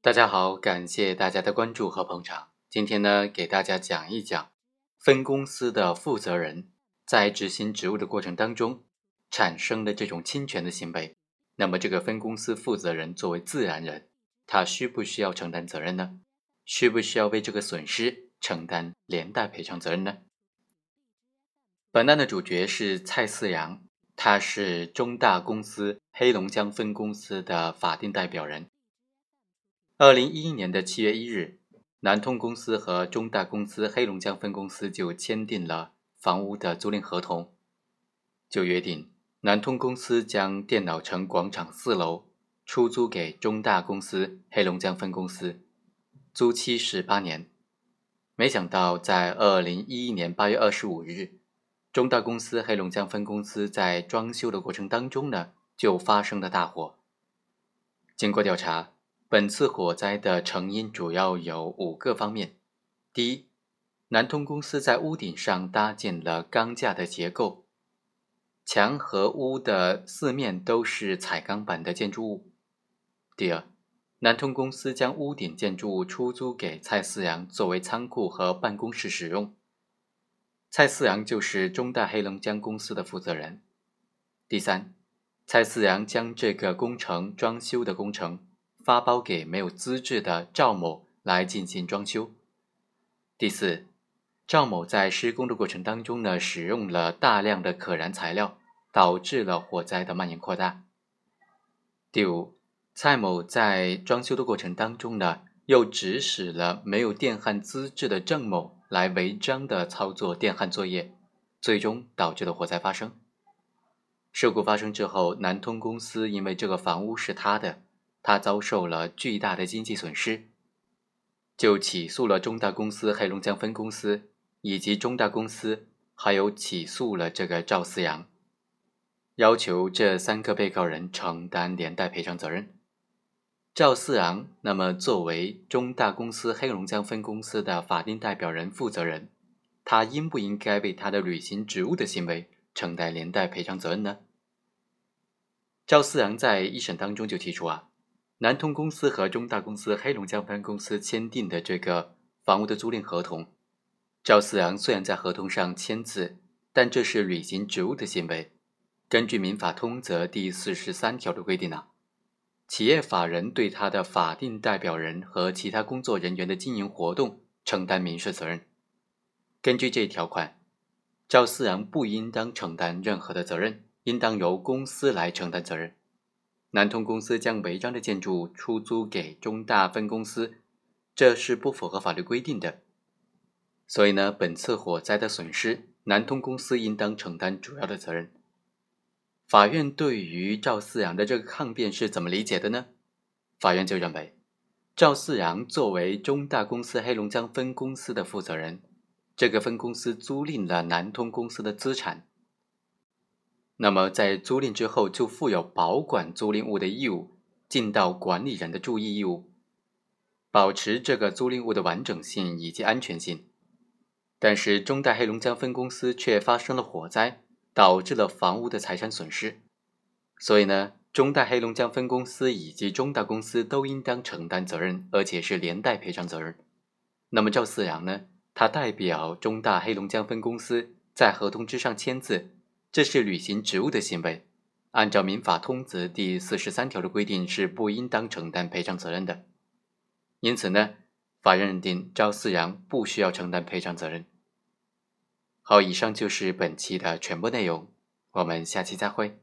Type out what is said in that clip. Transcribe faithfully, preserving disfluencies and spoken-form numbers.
大家好，感谢大家的关注和捧场。今天呢，给大家讲一讲分公司的负责人在执行职务的过程当中产生的这种侵权的行为。那么这个分公司负责人作为自然人，他需不需要承担责任呢？需不需要为这个损失承担连带赔偿责任呢？本案的主角是蔡四阳，他是中大公司黑龙江分公司的法定代表人。二零一一年的七月一日，南通公司和中大公司黑龙江分公司就签订了房屋的租赁合同，就约定南通公司将电脑城广场四楼出租给中大公司黑龙江分公司，租期是八年。没想到在二零一一年八月二十五日，中大公司黑龙江分公司在装修的过程当中呢，就发生了大火。经过调查，本次火灾的成因主要有五个方面。第一，南通公司在屋顶上搭建了钢架的结构，墙和屋的四面都是彩钢板的建筑物。第二，南通公司将屋顶建筑物出租给蔡四阳作为仓库和办公室使用。蔡四阳就是中大黑龙江公司的负责人。第三，蔡四阳将这个工程装修的工程发包给没有资质的赵某来进行装修。第四，赵某在施工的过程当中呢，使用了大量的可燃材料，导致了火灾的蔓延扩大。第五，蔡某在装修的过程当中呢，又指使了没有电焊资质的郑某来违章的操作电焊作业，最终导致了火灾发生。事故发生之后，南通公司因为这个房屋是他的，他遭受了巨大的经济损失，就起诉了中大公司黑龙江分公司以及中大公司，还有起诉了这个赵四阳，要求这三个被告人承担连带赔偿责任。赵四阳那么作为中大公司黑龙江分公司的法定代表人负责人，他应不应该为他的履行职务的行为承担连带赔偿责任呢？赵四阳在一审当中就提出啊，南通公司和中大公司黑龙江分公司签订的这个房屋的租赁合同，赵四阳虽然在合同上签字，但这是履行职务的行为。根据民法通则第四十三条的规定啊，企业法人对他的法定代表人和其他工作人员的经营活动承担民事责任。根据这一条款，赵四阳不应当承担任何的责任，应当由公司来承担责任。南通公司将违章的建筑物出租给中大分公司，这是不符合法律规定的。所以呢，本次火灾的损失，南通公司应当承担主要的责任。法院对于赵四阳的这个抗辩是怎么理解的呢？法院就认为，赵四阳作为中大公司黑龙江分公司的负责人，这个分公司租赁了南通公司的资产，那么在租赁之后就负有保管租赁物的义务，尽到管理人的注意义务，保持这个租赁物的完整性以及安全性。但是中大黑龙江分公司却发生了火灾，导致了房屋的财产损失，所以呢，中大黑龙江分公司以及中大公司都应当承担责任，而且是连带赔偿责任。那么赵四阳呢，他代表中大黑龙江分公司在合同之上签字，这是履行职务的行为，按照民法通则第四十三条的规定是不应当承担赔偿责任的。因此呢，法院认定赵四阳不需要承担赔偿责任。好，以上就是本期的全部内容，我们下期再会。